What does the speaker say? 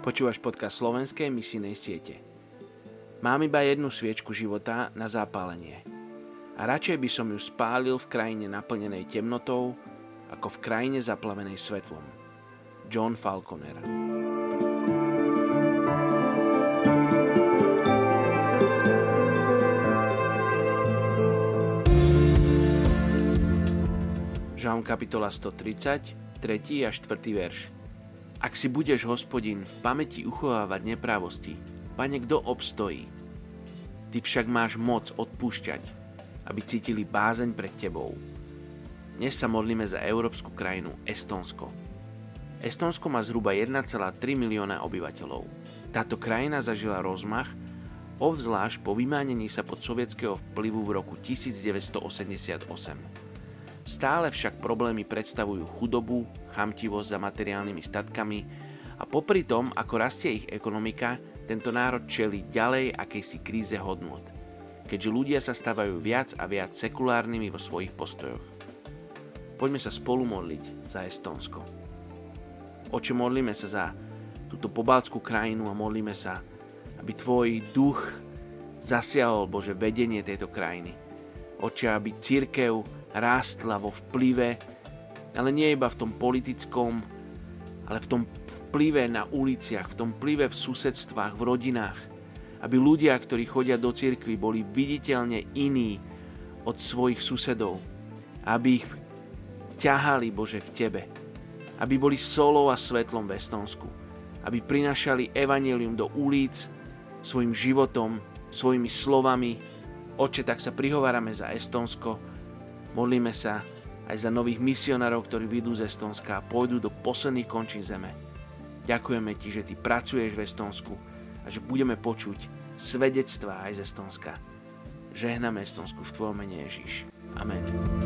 Počúvaš podcast slovenskej misijnej siete. Mám iba jednu sviečku života na zápalenie. A radšej by som ju spálil v krajine naplnenej temnotou, ako v krajine zaplavenej svetlom. John Falconer. Žalm kapitola 130, 3. a 4. verš. Ak si budeš, Hospodin, v pamäti uchovávať neprávosti, Pane, kto obstojí? Ty však máš moc odpúšťať, aby cítili bázeň pred tebou. Dnes sa modlíme za európsku krajinu Estónsko. Estónsko má zhruba 1,3 milióna obyvateľov. Táto krajina zažila rozmach, obzvlášť po vymánení sa pod sovietskeho vplyvu v roku 1988. Stále však problémy predstavujú chudobu, chamtivosť za materiálnymi statkami a popri tom, ako rastie ich ekonomika, tento národ čelí ďalej akejsi kríze hodnôt, keďže ľudia sa stávajú viac a viac sekulárnymi vo svojich postojoch. Poďme sa spolu modliť za Estónsko. Oče, modlíme sa za túto pobaltskú krajinu a modlíme sa, aby tvoj duch zasiahol, Bože, vedenie tejto krajiny. Oče, aby cirkev rástla vo vplyve, ale nie iba v tom politickom, ale v tom vplyve na uliciach, v tom vplyve v susedstvách, v rodinách. Aby ľudia, ktorí chodia do cirkvi, boli viditeľne iní od svojich susedov. Aby ich ťahali, Bože, k Tebe. Aby boli solou a svetlom v Estónsku. Aby prinášali evanjelium do ulic svojim životom, svojimi slovami. Oče, tak sa prihovárame za Estónsko. Modlíme sa aj za nových misionárov, ktorí vyjdú z Estónska a pôjdu do posledných končín zeme. Ďakujeme Ti, že Ty pracuješ v Estónsku a že budeme počuť svedectvá aj z Estónska. Žehname Estónsku v Tvojom mene, Ježiš. Amen.